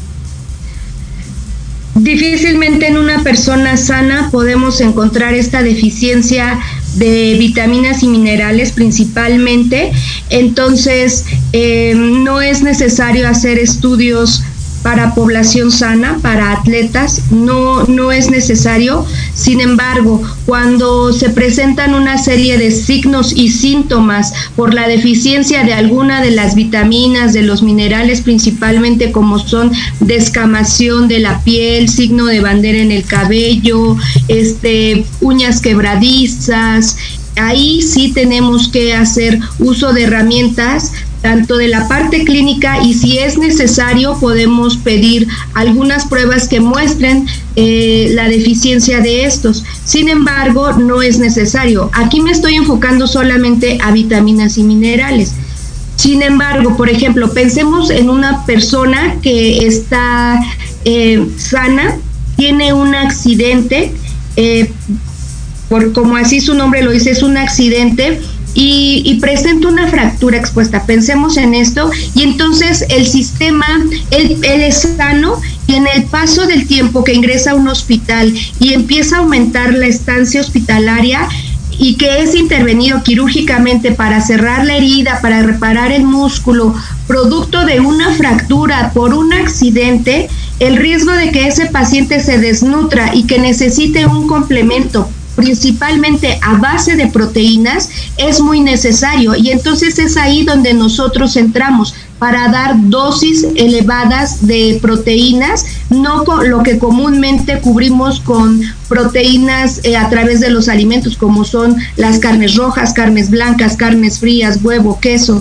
Difícilmente en una persona sana podemos encontrar esta deficiencia de vitaminas y minerales principalmente, entonces no es necesario hacer estudios para población sana, para atletas, no es necesario. Sin embargo, cuando se presentan una serie de signos y síntomas por la deficiencia de alguna de las vitaminas, de los minerales principalmente, como son descamación de la piel, signo de bandera en el cabello, uñas quebradizas, ahí sí tenemos que hacer uso de herramientas tanto de la parte clínica, y si es necesario podemos pedir algunas pruebas que muestren la deficiencia de estos. Sin embargo, no es necesario. Aquí me estoy enfocando solamente a vitaminas y minerales. Sin embargo, por ejemplo, pensemos en una persona que está sana, tiene un accidente, como así su nombre lo dice, es un accidente, y presenta una fractura expuesta. Pensemos en esto, y entonces el sistema, él es sano, y en el paso del tiempo que ingresa a un hospital y empieza a aumentar la estancia hospitalaria y que es intervenido quirúrgicamente para cerrar la herida, para reparar el músculo, producto de una fractura por un accidente, el riesgo de que ese paciente se desnutra y que necesite un complemento principalmente a base de proteínas, es muy necesario, y entonces es ahí donde nosotros entramos para dar dosis elevadas de proteínas, no con lo que comúnmente cubrimos con proteínas a través de los alimentos, como son las carnes rojas, carnes blancas, carnes frías, huevo, queso.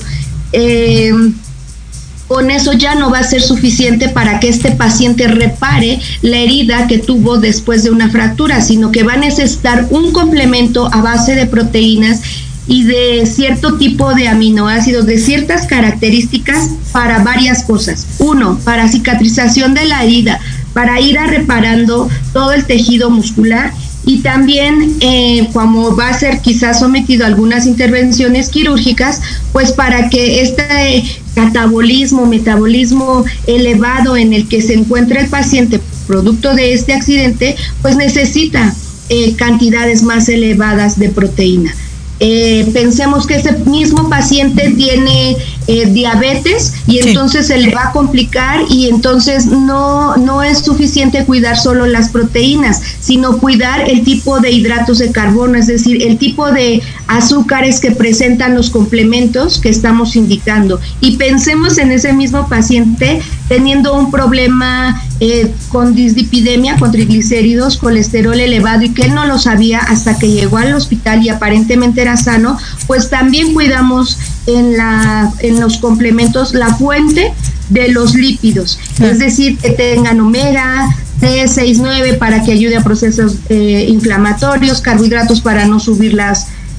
Con eso ya no va a ser suficiente para que este paciente repare la herida que tuvo después de una fractura, sino que va a necesitar un complemento a base de proteínas y de cierto tipo de aminoácidos, de ciertas características para varias cosas. Uno, para cicatrización de la herida, para ir reparando todo el tejido muscular, y también como va a ser quizás sometido a algunas intervenciones quirúrgicas, pues para que este metabolismo elevado en el que se encuentra el paciente producto de este accidente, pues necesita cantidades más elevadas de proteína. Pensemos que ese mismo paciente tiene diabetes y entonces se le va a complicar, y entonces no es suficiente cuidar solo las proteínas, sino cuidar el tipo de hidratos de carbono, es decir, el tipo de azúcares que presentan los complementos que estamos indicando. Y pensemos en ese mismo paciente teniendo un problema con dislipidemia, con triglicéridos, colesterol elevado, y que él no lo sabía hasta que llegó al hospital y aparentemente era sano, pues también cuidamos en los complementos la fuente de los lípidos, es decir, que tengan omega 3, 6, 9 para que ayude a procesos inflamatorios, carbohidratos para no subir la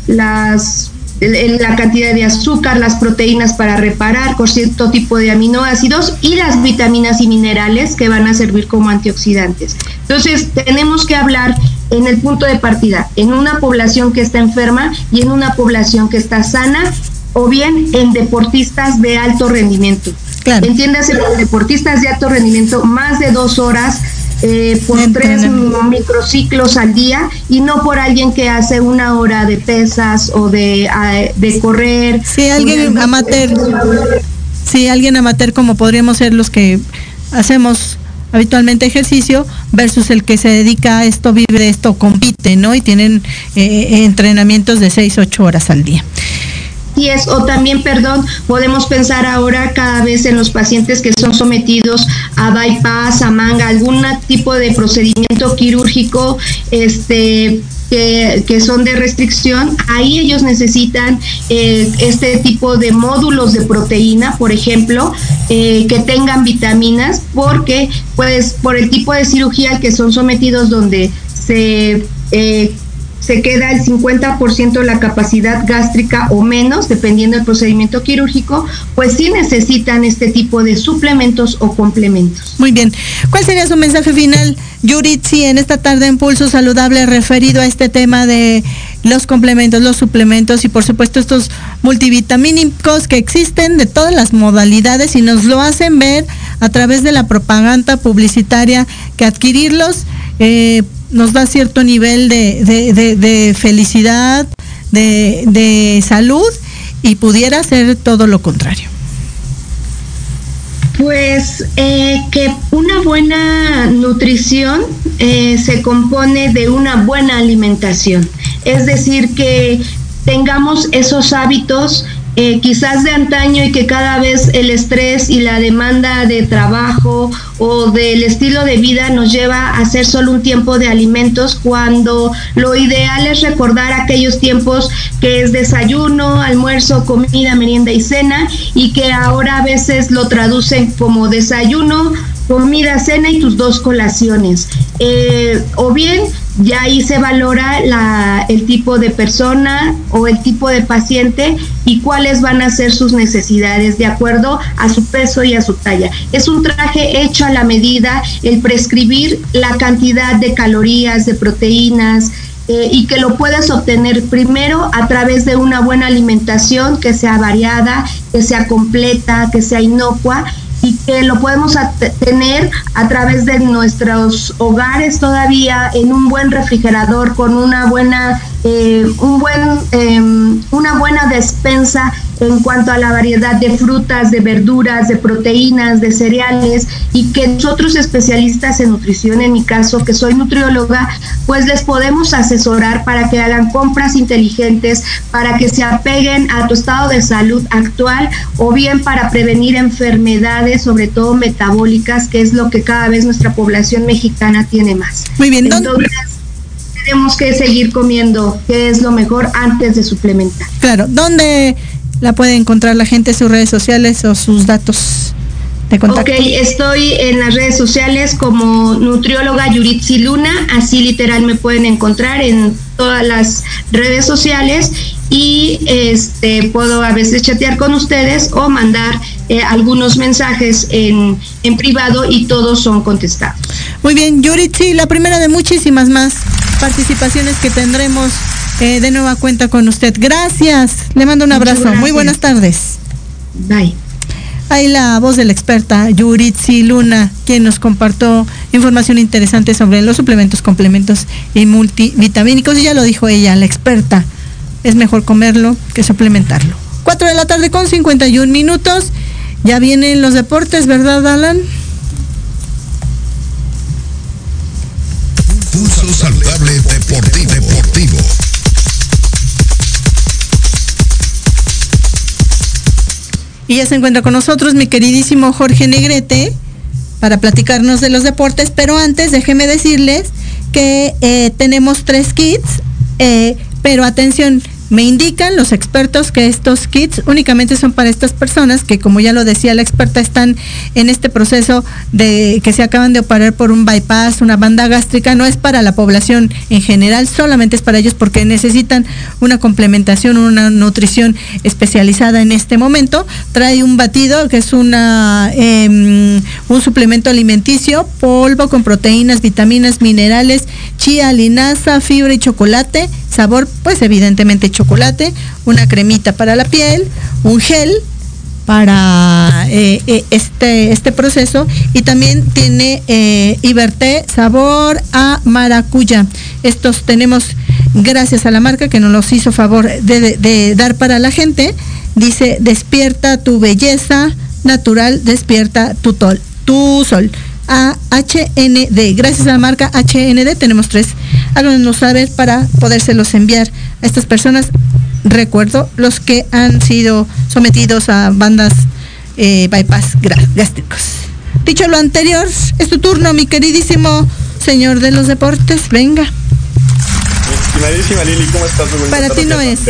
cantidad de azúcar, las proteínas para reparar con cierto tipo de aminoácidos, y las vitaminas y minerales que van a servir como antioxidantes. Entonces tenemos que hablar en el punto de partida, en una población que está enferma y en una población que está sana, o bien en deportistas de alto rendimiento. Claro. Entiéndase, los deportistas de alto rendimiento, más de 2 horas por 3 microciclos al día, y no por alguien que hace 1 hora de pesas o de correr. Sí, alguien amateur. Sí, alguien amateur, como podríamos ser los que hacemos habitualmente ejercicio, versus el que se dedica a esto, vive de esto, compite, ¿no? Y tienen entrenamientos de 6-8 horas al día. O también, podemos pensar ahora cada vez en los pacientes que son sometidos a bypass, a manga, algún tipo de procedimiento quirúrgico que son de restricción. Ahí ellos necesitan este tipo de módulos de proteína, por ejemplo, que tengan vitaminas, porque pues por el tipo de cirugía al que son sometidos, donde se queda el 50% de la capacidad gástrica o menos, dependiendo del procedimiento quirúrgico, pues sí necesitan este tipo de suplementos o complementos. Muy bien. ¿Cuál sería su mensaje final, Yuritsi, en esta tarde en Pulso Saludable, referido a este tema de los complementos, los suplementos y por supuesto estos multivitamínicos que existen de todas las modalidades y nos lo hacen ver a través de la propaganda publicitaria, que adquirirlos nos da cierto nivel de felicidad, de salud, y pudiera ser todo lo contrario? Pues que una buena nutrición se compone de una buena alimentación, es decir, que tengamos esos hábitos quizás de antaño, y que cada vez el estrés y la demanda de trabajo o del estilo de vida nos lleva a hacer solo un tiempo de alimentos, cuando lo ideal es recordar aquellos tiempos que es desayuno, almuerzo, comida, merienda y cena, y que ahora a veces lo traducen como desayuno, comida, cena y tus 2 colaciones. O bien ya ahí se valora el tipo de persona o el tipo de paciente y cuáles van a ser sus necesidades de acuerdo a su peso y a su talla. Es un traje hecho a la medida el prescribir la cantidad de calorías, de proteínas, y que lo puedas obtener primero a través de una buena alimentación que sea variada, que sea completa, que sea inocua, y que lo podemos tener a través de nuestros hogares todavía en un buen refrigerador, con una buena una buena despensa en cuanto a la variedad de frutas, de verduras, de proteínas, de cereales, y que nosotros especialistas en nutrición, en mi caso que soy nutrióloga, pues les podemos asesorar para que hagan compras inteligentes, para que se apeguen a tu estado de salud actual, o bien para prevenir enfermedades, sobre todo metabólicas, que es lo que cada vez nuestra población mexicana tiene más. Muy bien, entonces tenemos que seguir comiendo, que es lo mejor antes de suplementar. Claro, ¿dónde la puede encontrar la gente, sus redes sociales o sus datos de contacto? Ok, estoy en las redes sociales como nutrióloga Yuritsi Luna, así literal me pueden encontrar en todas las redes sociales, y puedo a veces chatear con ustedes o mandar algunos mensajes en privado, y todos son contestados. Muy bien, Yuritsi, la primera de muchísimas más participaciones que tendremos de nueva cuenta con usted. Gracias, le mando un abrazo. Muy buenas tardes. Bye. Ahí la voz de la experta Yuritsi Luna, quien nos compartió información interesante sobre los suplementos, complementos y multivitamínicos. Y ya lo dijo ella, la experta, es mejor comerlo que suplementarlo. 4:51 p.m. Ya vienen los deportes, ¿verdad, Alan? Pulso Saludable Deportivo. Y ya se encuentra con nosotros mi queridísimo Jorge Negrete para platicarnos de los deportes, pero antes déjeme decirles que tenemos 3 kits, pero atención, me indican los expertos que estos kits únicamente son para estas personas que, como ya lo decía la experta, están en este proceso de que se acaban de operar por un bypass, una banda gástrica. No es para la población en general, solamente es para ellos porque necesitan una complementación, una nutrición especializada en este momento. Trae un batido que es un suplemento alimenticio, polvo con proteínas, vitaminas, minerales, chía, linaza, fibra y chocolate. Sabor, pues evidentemente chocolate, una cremita para la piel, un gel para este proceso, y también tiene Iberté sabor a maracuyá. Estos tenemos gracias a la marca que nos los hizo favor de dar para la gente. Dice: despierta tu belleza natural, despierta tu sol. A HND, gracias a la marca HND tenemos 3. Háganos saber para podérselos enviar a estas personas. Recuerdo, los que han sido sometidos a bandas bypass gástricos. Dicho lo anterior, es tu turno, mi queridísimo señor de los deportes. Venga. Estimadísima Lili, ¿cómo estás? Para ti no es.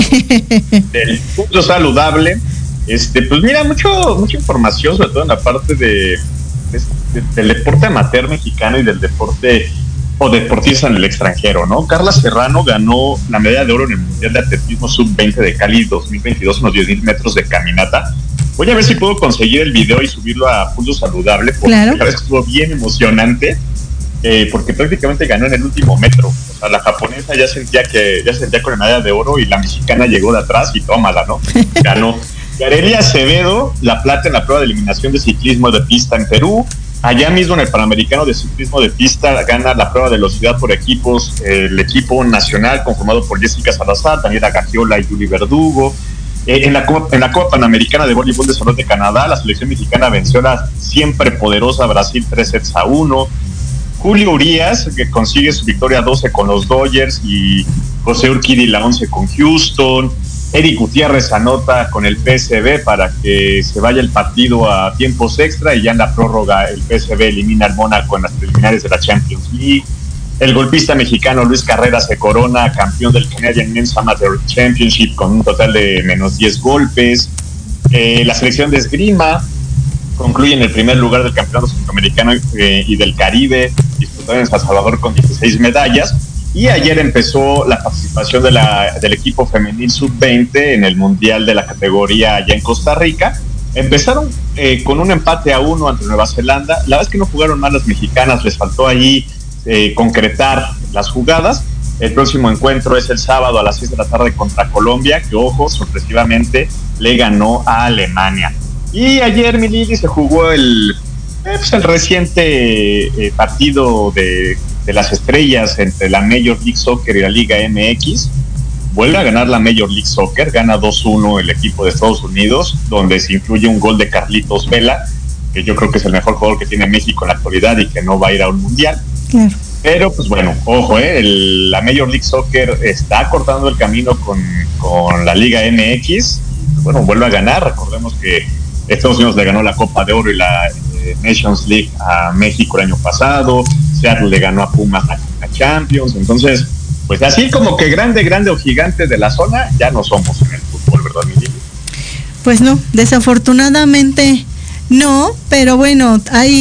Del Pulso Saludable. Pues mira, mucha información, sobre todo en la parte del deporte amateur mexicano y del deporte o deportistas en el extranjero, ¿no? Carla Serrano ganó la medalla de oro en el Mundial de Atletismo Sub-20 de Cali 2022 en los 10,000 metros de caminata. Voy a ver si puedo conseguir el video y subirlo a Pulso Saludable, porque claro, la verdad estuvo bien emocionante, porque prácticamente ganó en el último metro. O sea, la japonesa ya sentía con la medalla de oro, y la mexicana llegó de atrás y tómala, ¿no? Ganó. Garelia Acevedo, la plata en la prueba de eliminación de ciclismo de pista en Perú. Allá mismo en el Panamericano de Ciclismo de Pista gana la prueba de velocidad por equipos el equipo nacional conformado por Jessica Salazar, Daniela Gagiola y Yuli Verdugo. En la Copa Panamericana de Voleibol de Salón de Canadá, la selección mexicana venció a la siempre poderosa Brasil 3-1. Julio Urias, que consigue su victoria 12 con los Dodgers, y José Urquidi la 11 con Houston. Eric Gutiérrez anota con el PSV para que se vaya el partido a tiempos extra, y ya en la prórroga el PSV elimina al Mónaco en las preliminares de la Champions League. El golpista mexicano Luis Carreras se corona campeón del Canadian Men's Amateur Championship con un total de menos 10 golpes. La selección de esgrima concluye en el primer lugar del Campeonato Centroamericano y del Caribe, disputado en San Salvador con 16 medallas. Y ayer empezó la participación del equipo femenil sub-20 en el Mundial de la categoría allá en Costa Rica. Empezaron con un empate a 1 ante Nueva Zelanda. La verdad es que no jugaron mal las mexicanas, les faltó ahí concretar las jugadas. El próximo encuentro es el sábado a las 6 de la tarde contra Colombia, que, ojo, sorpresivamente le ganó a Alemania. Y ayer, mi Lili, se jugó el reciente partido de las estrellas entre la Major League Soccer y la Liga MX. Vuelve a ganar la Major League Soccer, gana 2-1 el equipo de Estados Unidos, donde se incluye un gol de Carlitos Vela, que yo creo que es el mejor jugador que tiene México en la actualidad y que no va a ir a un mundial. Claro. Pero pues bueno, ojo, la Major League Soccer está cortando el camino con la Liga MX. Bueno, vuelve a ganar. Recordemos que Estados Unidos le ganó la Copa de Oro y la Nations League a México el año pasado. Seattle le ganó a Pumas a Champions. Entonces, pues así como que grande o gigante de la zona, ya no somos en el fútbol, ¿verdad, Mili? Pues no, desafortunadamente no, pero bueno,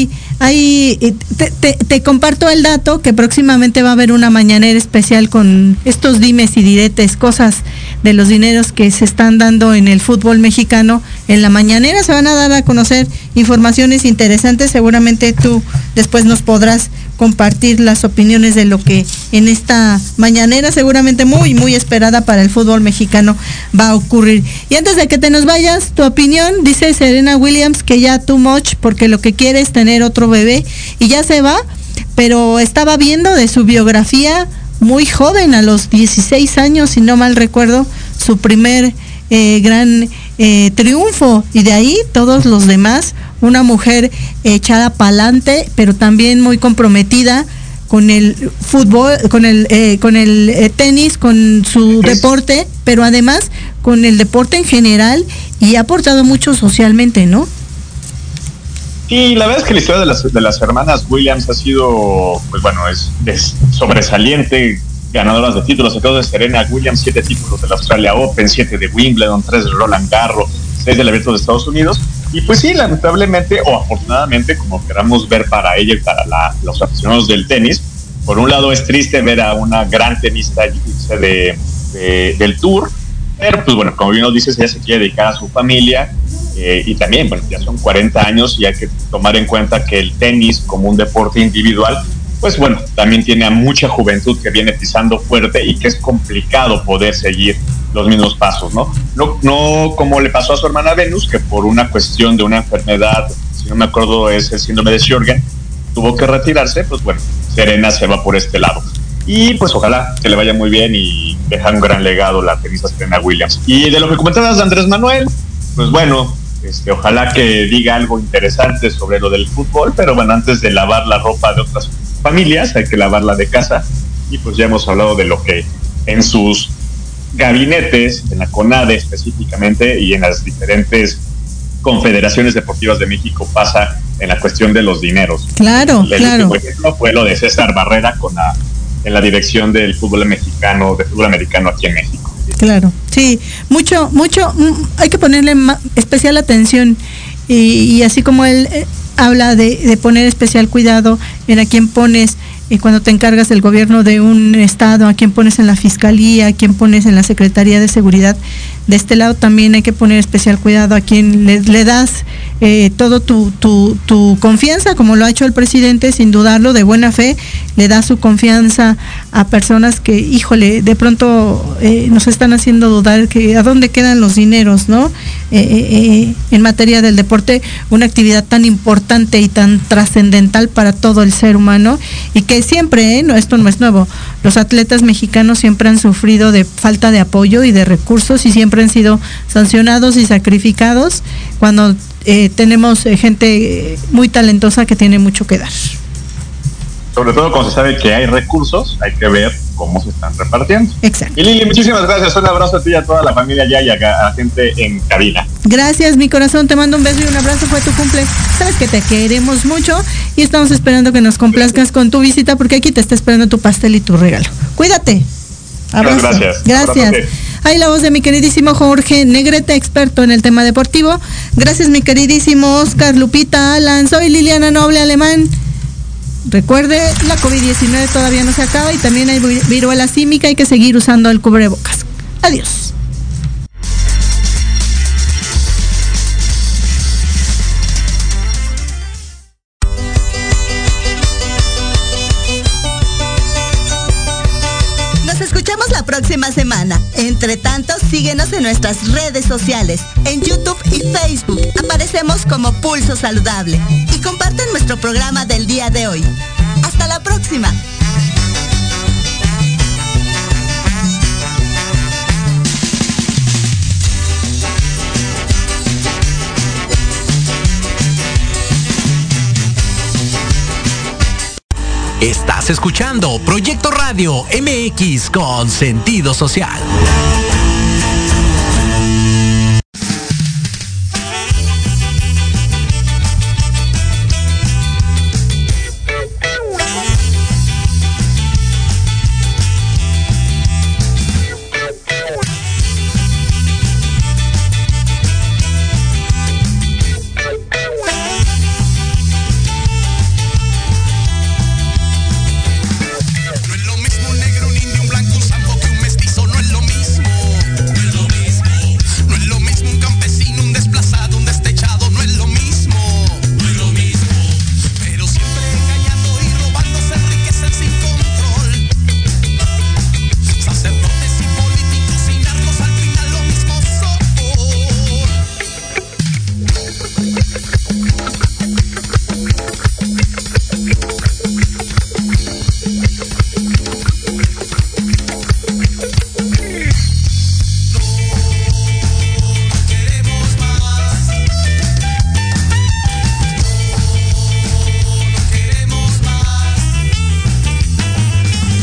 te comparto el dato que próximamente va a haber una mañanera especial con estos dimes y diretes, cosas de los dineros que se están dando en el fútbol mexicano. En la mañanera se van a dar a conocer informaciones interesantes. Seguramente tú después nos podrás compartir las opiniones de lo que en esta mañanera, seguramente muy, muy esperada para el fútbol mexicano, va a ocurrir. Y antes de que te nos vayas, tu opinión, dice Serena Williams que ya too much, porque lo que quiere es tener otro bebé y ya se va, pero estaba viendo de su biografía muy joven, a los 16 años, si no mal recuerdo, su primer gran triunfo, y de ahí todos los demás. Una mujer echada pa'lante, pero también muy comprometida con el fútbol, con el tenis, con su deporte, pero además con el deporte en general, y ha aportado mucho socialmente, ¿no? Sí, la verdad es que la historia de las hermanas Williams ha sido, pues bueno, es sobresaliente. Ganadoras de títulos, entonces Serena Williams, 7 títulos de la Australia Open, 7 de Wimbledon, 3 de Roland Garros, 6 del Abierto de Estados Unidos. Y pues sí, lamentablemente o afortunadamente, como queramos ver para ella y para los aficionados del tenis, por un lado es triste ver a una gran tenista irse del Tour, pero pues bueno, como bien nos dices, ella se quiere dedicar a su familia, y también, bueno, ya son 40 años y hay que tomar en cuenta que el tenis como un deporte individual, pues bueno, también tiene a mucha juventud que viene pisando fuerte y que es complicado poder seguir los mismos pasos, ¿no? No como le pasó a su hermana Venus, que por una cuestión de una enfermedad, si no me acuerdo es el síndrome de Sjögren, tuvo que retirarse. Pues bueno, Serena se va por este lado. Y pues ojalá que le vaya muy bien y deja un gran legado la tenista Serena Williams. Y de lo que comentabas de Andrés Manuel, pues bueno, ojalá que diga algo interesante sobre lo del fútbol, pero bueno, antes de lavar la ropa de otras familias, hay que lavarla de casa. Y pues ya hemos hablado de lo que en sus gabinetes, en la CONADE específicamente, y en las diferentes confederaciones deportivas de México pasa en la cuestión de los dineros. Claro, claro. Por ejemplo, fue lo de César Barrera en la dirección del fútbol mexicano, de fútbol americano aquí en México. Claro, sí, mucho, hay que ponerle especial atención, y así como él habla de poner especial cuidado en a quién pones cuando te encargas del gobierno de un estado, a quién pones en la fiscalía, a quién pones en la Secretaría de Seguridad. De este lado también hay que poner especial cuidado a quien le das todo tu confianza, como lo ha hecho el presidente, sin dudarlo, de buena fe, le da su confianza a personas que, híjole, de pronto nos están haciendo dudar que a dónde quedan los dineros, ¿no? En materia del deporte, una actividad tan importante y tan trascendental para todo el ser humano, y que siempre, no, esto no es nuevo, los atletas mexicanos siempre han sufrido de falta de apoyo y de recursos, y siempre han sido sancionados y sacrificados cuando tenemos gente muy talentosa que tiene mucho que dar. Sobre todo cuando se sabe que hay recursos, hay que ver cómo se están repartiendo. Exacto. Y Lili, muchísimas gracias. Un abrazo a ti y a toda la familia ya y a la gente en cabina. Gracias, mi corazón. Te mando un beso y un abrazo. Fue tu cumple. Sabes que te queremos mucho y estamos esperando que nos complazcas con tu visita, porque aquí te está esperando tu pastel y tu regalo. Cuídate. Abrazo. Gracias. Gracias. Ahí la voz de mi queridísimo Jorge Negrete, experto en el tema deportivo. Gracias, mi queridísimo Oscar, Lupita, Alan. Soy Liliana Noble Alemán. Recuerde, la COVID-19 todavía no se acaba y también hay viruela símica, hay que seguir usando el cubrebocas. Adiós. Nos escuchamos la próxima semana. Entre tanto, síguenos en nuestras redes sociales. En YouTube y Facebook aparecemos como Pulso Saludable. Y comparten nuestro programa del día de hoy. Hasta la próxima. escuchando Proyecto Radio MX con sentido social.